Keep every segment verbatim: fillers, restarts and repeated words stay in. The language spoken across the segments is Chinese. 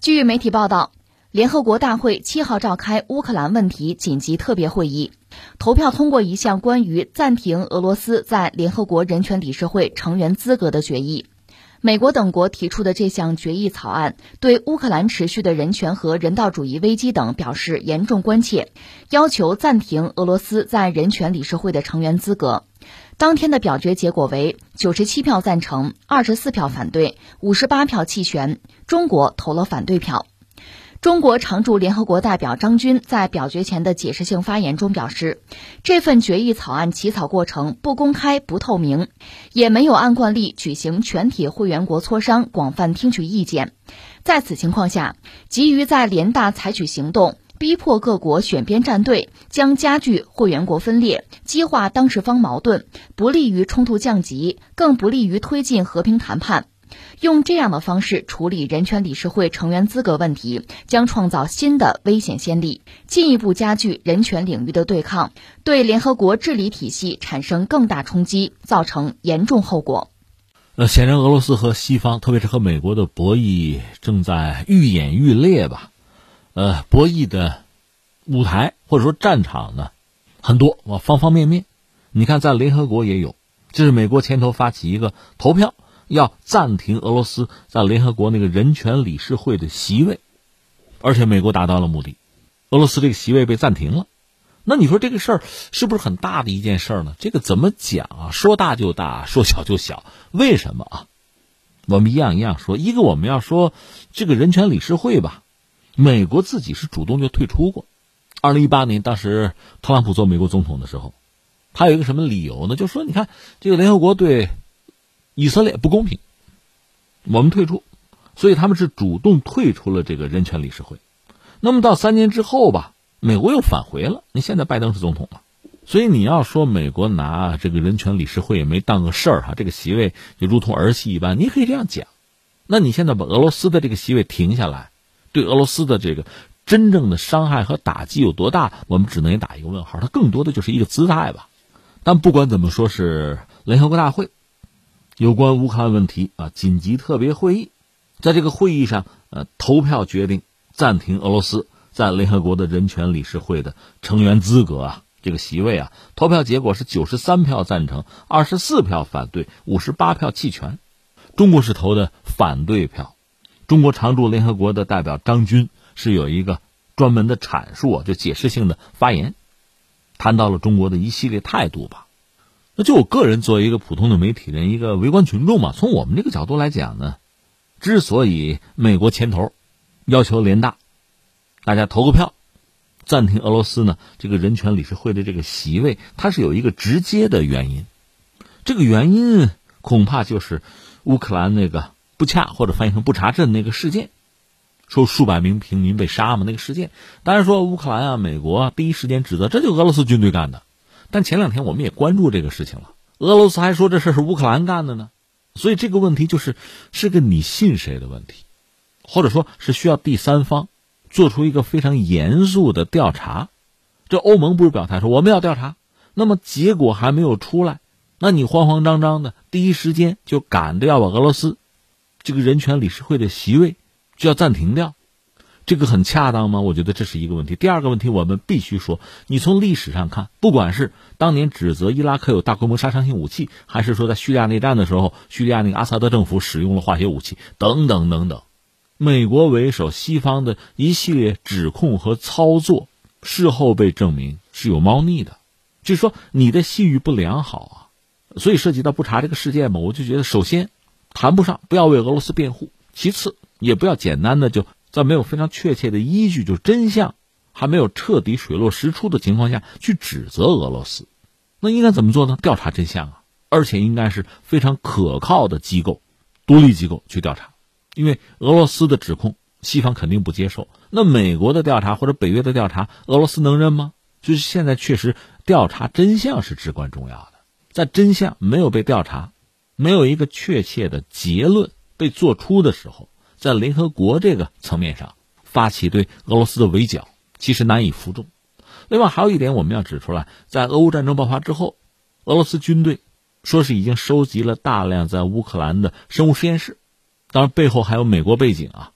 据媒体报道，联合国大会七号召开乌克兰问题紧急特别会议，投票通过一项关于暂停俄罗斯在联合国人权理事会成员资格的决议。美国等国提出的这项决议草案对乌克兰持续的人权和人道主义危机等表示严重关切，要求暂停俄罗斯在人权理事会的成员资格。当天的表决结果为九十七票赞成，二十四票反对，五十八票弃权，中国投了反对票。中国常驻联合国代表张军在表决前的解释性发言中表示，这份决议草案起草过程不公开不透明，也没有按惯例举行全体会员国磋商，广泛听取意见。在此情况下，急于在联大采取行动，逼迫各国选边站队，将加剧会员国分裂，激化当事方矛盾，不利于冲突降级，更不利于推进和平谈判。用这样的方式处理人权理事会成员资格问题，将创造新的危险先例，进一步加剧人权领域的对抗，对联合国治理体系产生更大冲击，造成严重后果。 呃，显然俄罗斯和西方，特别是和美国的博弈正在愈演愈烈吧。呃，博弈的舞台或者说战场呢，很多啊，方方面面。你看，在联合国也有，这是美国牵头发起一个投票，要暂停俄罗斯在联合国那个人权理事会的席位，而且美国达到了目的，俄罗斯这个席位被暂停了。那你说这个事儿是不是很大的一件事儿呢？这个怎么讲啊？说大就大，说小就小。为什么啊？我们一样一样说。一个，我们要说这个人权理事会吧，美国自己是主动就退出过。二零一八年当时特朗普做美国总统的时候，他有一个什么理由呢？就说你看这个联合国对以色列不公平，我们退出，所以他们是主动退出了这个人权理事会。那么到三年之后吧，美国又返回了，你现在拜登是总统了，所以你要说美国拿这个人权理事会也没当个事儿哈，这个席位就如同儿戏一般，你也可以这样讲。那你现在把俄罗斯的这个席位停下来，对俄罗斯的这个真正的伤害和打击有多大，我们只能打一个问号，它更多的就是一个姿态吧。但不管怎么说，是联合国大会有关乌克兰问题啊紧急特别会议，在这个会议上呃投票决定暂停俄罗斯在联合国的人权理事会的成员资格啊，这个席位啊，投票结果是九十三票赞成，二十四票反对，五十八票弃权。中国是投的反对票。中国常驻联合国的代表张军是有一个专门的阐述啊，就解释性的发言，谈到了中国的一系列态度吧。那就我个人作为一个普通的媒体人，一个围观群众嘛，从我们这个角度来讲呢，之所以美国牵头要求联大大家投个票暂停俄罗斯呢这个人权理事会的这个席位，它是有一个直接的原因。这个原因恐怕就是乌克兰那个布恰或者翻译成布查镇那个事件，说数百名平民被杀嘛，那个事件。当然说乌克兰啊美国啊第一时间指责这就俄罗斯军队干的，但前两天我们也关注这个事情了，俄罗斯还说这事是乌克兰干的呢。所以这个问题就是是个你信谁的问题，或者说是需要第三方做出一个非常严肃的调查。这欧盟不是表态说我们要调查，那么结果还没有出来，那你慌慌张张的第一时间就赶着要把俄罗斯这个人权理事会的席位就要暂停掉，这个很恰当吗？我觉得这是一个问题。第二个问题，我们必须说，你从历史上看，不管是当年指责伊拉克有大规模杀伤性武器，还是说在叙利亚内战的时候叙利亚那个阿萨德政府使用了化学武器等等等等，美国为首西方的一系列指控和操作事后被证明是有猫腻的，就是说你的信誉不良好啊。所以涉及到布查这个事件嘛，我就觉得首先谈不上不要为俄罗斯辩护，其次也不要简单的就在没有非常确切的依据，就真相还没有彻底水落石出的情况下去指责俄罗斯。那应该怎么做呢？调查真相啊，而且应该是非常可靠的机构，独立机构去调查。因为俄罗斯的指控西方肯定不接受，那美国的调查或者北约的调查俄罗斯能认吗？就是现在确实调查真相是至关重要的，在真相没有被调查，没有一个确切的结论被做出的时候，在联合国这个层面上发起对俄罗斯的围剿其实难以服众。另外还有一点我们要指出来，在俄乌战争爆发之后，俄罗斯军队说是已经收集了大量在乌克兰的生物实验室，当然背后还有美国背景啊。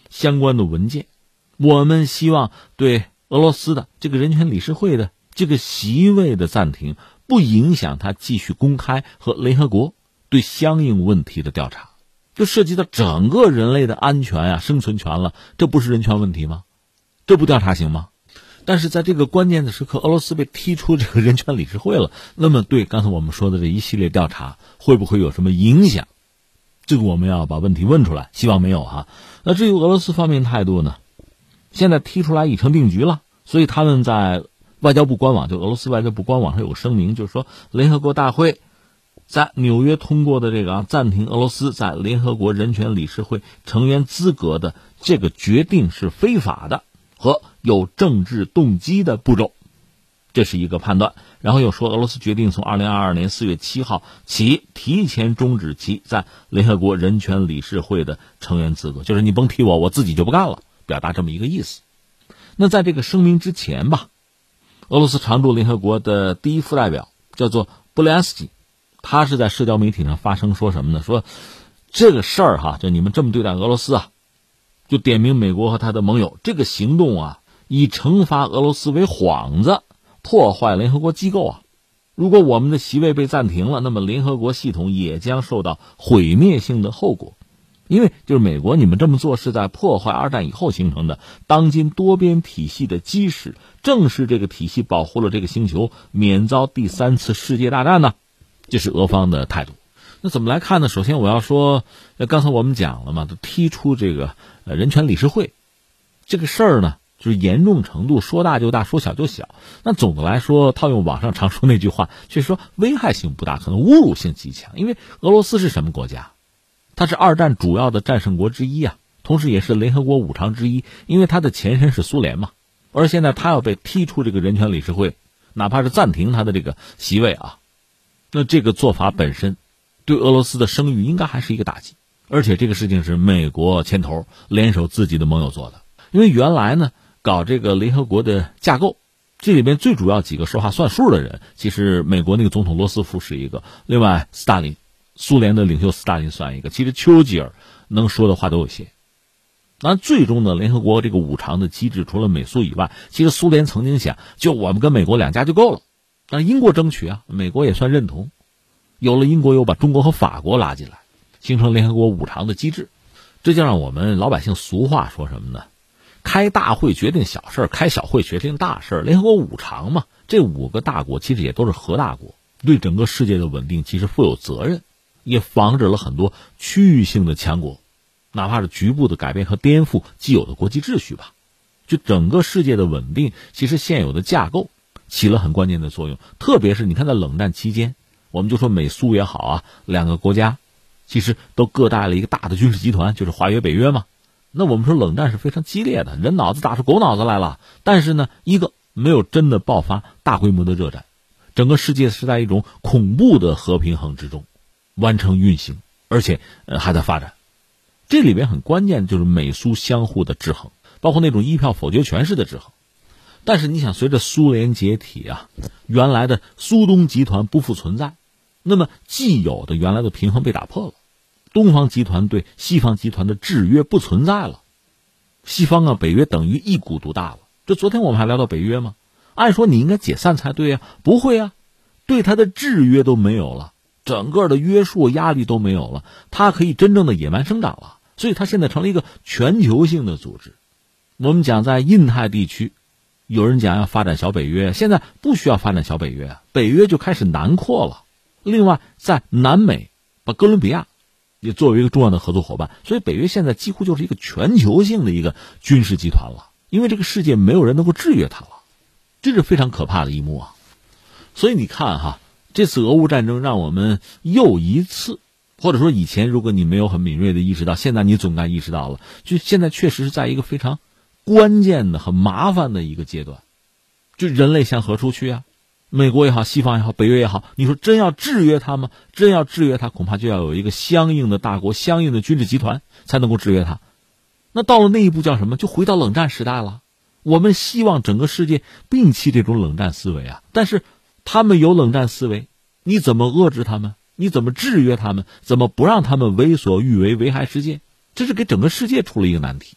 相关的文件。我们希望对俄罗斯的这个人权理事会的这个席位的暂停，不影响他继续公开和联合国对相应问题的调查。就涉及到整个人类的安全啊、生存权了，这不是人权问题吗？这不调查行吗？但是在这个关键的时刻，俄罗斯被踢出这个人权理事会了，那么对刚才我们说的这一系列调查会不会有什么影响？这个我们要把问题问出来，希望没有哈。那至于俄罗斯方面态度呢，现在踢出来已成定局了，所以他们在外交部官网，就俄罗斯外交部官网上有个声明，就是说联合国大会在纽约通过的这个啊暂停俄罗斯在联合国人权理事会成员资格的这个决定是非法的和有政治动机的步骤，这是一个判断。然后又说俄罗斯决定从二零二二年四月七号起提前终止其在联合国人权理事会的成员资格，就是你甭提我，我自己就不干了，表达这么一个意思。那在这个声明之前吧，俄罗斯常驻联合国的第一副代表叫做布列安斯基，他是在社交媒体上发声说什么呢？说这个事儿哈，就你们这么对待俄罗斯啊，就点名美国和他的盟友，这个行动啊，以惩罚俄罗斯为幌子，破坏联合国机构啊。如果我们的席位被暂停了，那么联合国系统也将受到毁灭性的后果。因为就是美国，你们这么做是在破坏二战以后形成的当今多边体系的基石，正是这个体系保护了这个星球免遭第三次世界大战呢。这是俄方的态度。那怎么来看呢？首先我要说，刚才我们讲了嘛，踢出这个呃人权理事会这个事儿呢，就是严重程度说大就大，说小就小。那总的来说，套用网上常说那句话，就是说危害性不大，可能侮辱性极强。因为俄罗斯是什么国家？它是二战主要的战胜国之一啊，同时也是联合国五常之一，因为它的前身是苏联嘛。而现在它要被踢出这个人权理事会，哪怕是暂停它的这个席位啊，那这个做法本身对俄罗斯的声誉应该还是一个打击。而且这个事情是美国牵头联手自己的盟友做的。因为原来呢搞这个联合国的架构，这里面最主要几个说话算数的人，其实美国那个总统罗斯福是一个，另外斯大林，苏联的领袖斯大林算一个，其实丘吉尔能说的话都有些。那最终呢，联合国这个五常的机制除了美苏以外，其实苏联曾经想就我们跟美国两家就够了，但英国争取啊，美国也算认同，有了英国又把中国和法国拉进来，形成联合国五常的机制。这就让我们老百姓俗话说什么呢？开大会决定小事，开小会决定大事。联合国五常嘛，这五个大国其实也都是核大国，对整个世界的稳定其实负有责任，也防止了很多区域性的强国，哪怕是局部的改变和颠覆既有的国际秩序吧。就整个世界的稳定，其实现有的架构起了很关键的作用。特别是你看在冷战期间，我们就说美苏也好啊，两个国家其实都各带了一个大的军事集团，就是华约北约嘛。那我们说冷战是非常激烈的，人脑子打出狗脑子来了，但是呢，一个没有真的爆发大规模的热战，整个世界是在一种恐怖的和平衡之中完成运行，而且呃还在发展。这里边很关键就是美苏相互的制衡，包括那种一票否决权式的制衡。但是你想，随着苏联解体啊，原来的苏东集团不复存在，那么既有的原来的平衡被打破了，东方集团对西方集团的制约不存在了，西方啊北约等于一股独大了。这昨天我们还聊到北约吗？按说你应该解散才对啊，不会啊，对它的制约都没有了，整个的约束压力都没有了，它可以真正的野蛮生长了，所以它现在成了一个全球性的组织。我们讲在印太地区，有人讲要发展小北约，现在不需要发展小北约，北约就开始南扩了。另外在南美，把哥伦比亚也作为一个重要的合作伙伴，所以北约现在几乎就是一个全球性的一个军事集团了，因为这个世界没有人能够制约它了，这是非常可怕的一幕啊。所以你看哈，这次俄乌战争让我们又一次，或者说以前如果你没有很敏锐的意识到，现在你总该意识到了，就现在确实是在一个非常关键的很麻烦的一个阶段，就人类向何处去啊？美国也好，西方也好，北约也好，你说真要制约它吗？真要制约它，恐怕就要有一个相应的大国，相应的军事集团才能够制约它。那到了那一步叫什么？就回到冷战时代了。我们希望整个世界摒弃这种冷战思维啊，但是他们有冷战思维，你怎么遏制他们？你怎么制约他们？怎么不让他们为所欲为，危害世界？这是给整个世界出了一个难题。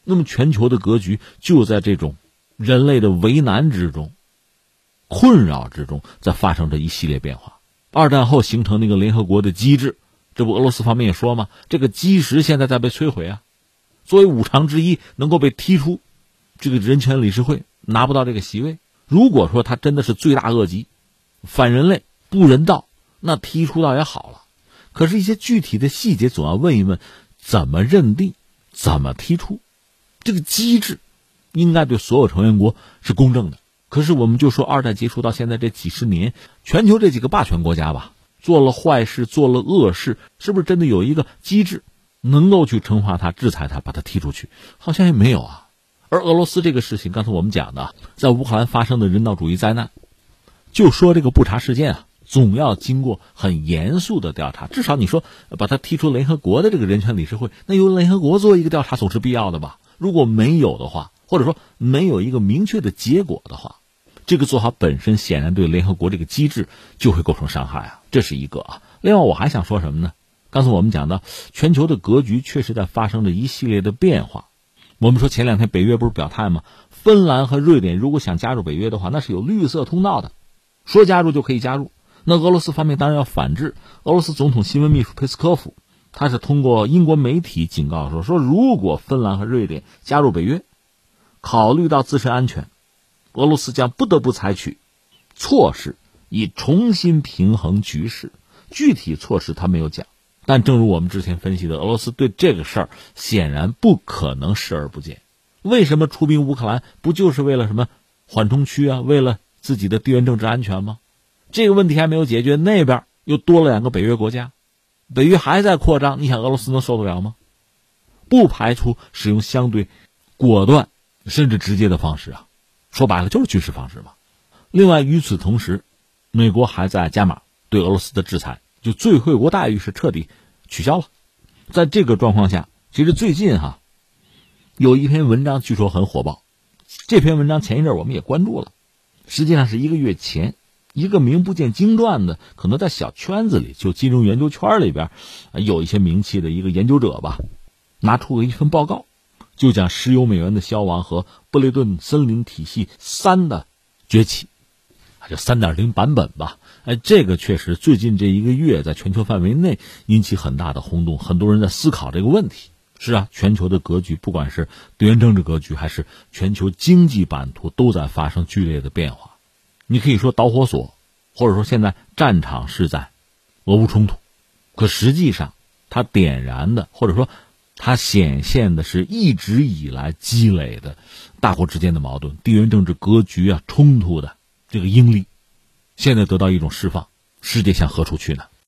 那么全球的格局就在这种人类的为难之中、困扰之中，在发生着一系列变化。二战后形成那个联合国的机制，这不俄罗斯方面也说吗？这个基石现在在被摧毁啊。作为五常之一，能够被踢出这个人权理事会，拿不到这个席位。如果说他真的是罪大恶极、反人类、不人道，那踢出倒也好了。可是，一些具体的细节总要问一问：怎么认定？怎么踢出？这个机制应该对所有成员国是公正的。可是，我们就说二战结束到现在这几十年，全球这几个霸权国家吧，做了坏事，做了恶事，是不是真的有一个机制能够去惩罚他、制裁他、把他踢出去？好像也没有啊。而俄罗斯这个事情，刚才我们讲的，在乌克兰发生的人道主义灾难，就说这个布查事件啊，总要经过很严肃的调查。至少你说把他踢出联合国的这个人权理事会，那由联合国做一个调查总是必要的吧？如果没有的话，或者说没有一个明确的结果的话，这个做法本身显然对联合国这个机制就会构成伤害啊，这是一个啊。另外我还想说什么呢？刚才我们讲到全球的格局确实在发生着一系列的变化。我们说前两天北约不是表态吗？芬兰和瑞典如果想加入北约的话，那是有绿色通道的，说加入就可以加入。那俄罗斯方面当然要反制。俄罗斯总统新闻秘书佩斯科夫，他是通过英国媒体警告说，说如果芬兰和瑞典加入北约，考虑到自身安全，俄罗斯将不得不采取措施以重新平衡局势。具体措施他没有讲，但正如我们之前分析的，俄罗斯对这个事儿显然不可能视而不见。为什么出兵乌克兰？不就是为了什么缓冲区啊？为了自己的地缘政治安全吗？这个问题还没有解决，那边又多了两个北约国家，北约还在扩张，你想俄罗斯能受得了吗？不排除使用相对果断甚至直接的方式啊，说白了就是军事方式嘛。另外与此同时，美国还在加码对俄罗斯的制裁，就最惠国待遇是彻底取消了。在这个状况下，其实最近哈有一篇文章据说很火爆，这篇文章前一阵我们也关注了，实际上是一个月前，一个名不见经传的，可能在小圈子里，就金融研究圈里边有一些名气的一个研究者吧，拿出了一份报告，就讲石油美元的消亡和布雷顿森林体系三的崛起，就 三点零 版本吧。哎，这个确实最近这一个月在全球范围内引起很大的轰动，很多人在思考这个问题。是啊，全球的格局，不管是地缘政治格局还是全球经济版图，都在发生剧烈的变化。你可以说导火索，或者说现在战场是在俄乌冲突，可实际上它点燃的，或者说它显现的是一直以来积累的大国之间的矛盾、地缘政治格局啊冲突的这个应力，现在得到一种释放，世界向何处去呢？